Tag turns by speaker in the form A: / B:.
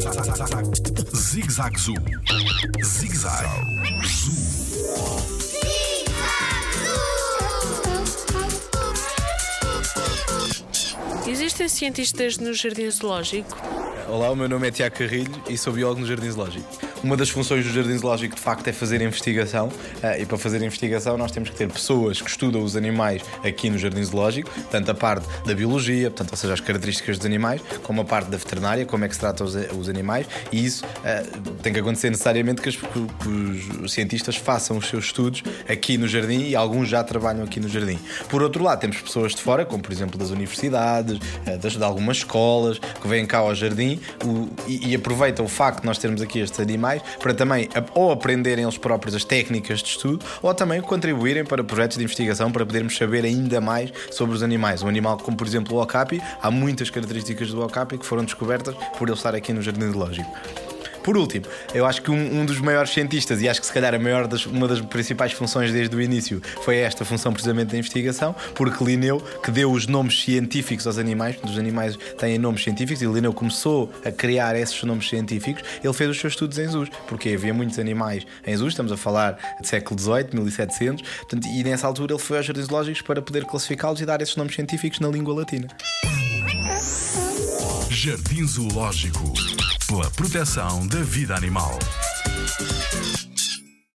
A: Zig-Zag Zoo. Zig-Zag Zoo.
B: Existem cientistas no Jardim Zoológico?
C: Olá, o meu nome é Tiago Carrilho e sou biólogo no Jardim Zoológico. Uma das funções do Jardim Zoológico, de facto, é fazer investigação. E para fazer investigação nós temos que ter pessoas que estudam os animais aqui no Jardim Zoológico, tanto a parte da biologia, portanto, ou seja, as características dos animais, como a parte da veterinária, como é que se trata os animais. E isso tem que acontecer necessariamente que os cientistas façam os seus estudos aqui no Jardim, e alguns já trabalham aqui no Jardim. Por outro lado, temos pessoas de fora, como por exemplo das universidades, de algumas escolas, que vêm cá ao Jardim e aproveitam o facto de nós termos aqui estes animais para também ou aprenderem eles próprios as técnicas de estudo, ou também contribuírem para projetos de investigação para podermos saber ainda mais sobre os animais. Um animal como, por exemplo, o okapi, há muitas características do okapi que foram descobertas por ele estar aqui no Jardim Zoológico. Por último, eu acho que um dos maiores cientistas, e acho que se calhar uma das principais funções desde o início, foi esta função precisamente da investigação, porque Linneu, que deu os nomes científicos aos animais, os animais têm nomes científicos, e Linneu começou a criar esses nomes científicos. Ele fez os seus estudos em zoos, porque havia muitos animais em zoos, estamos a falar de século XVIII, 1700, portanto, e nessa altura ele foi aos jardins zoológicos para poder classificá-los e dar esses nomes científicos na língua latina.
A: Jardim Zoológico, pela proteção da vida animal.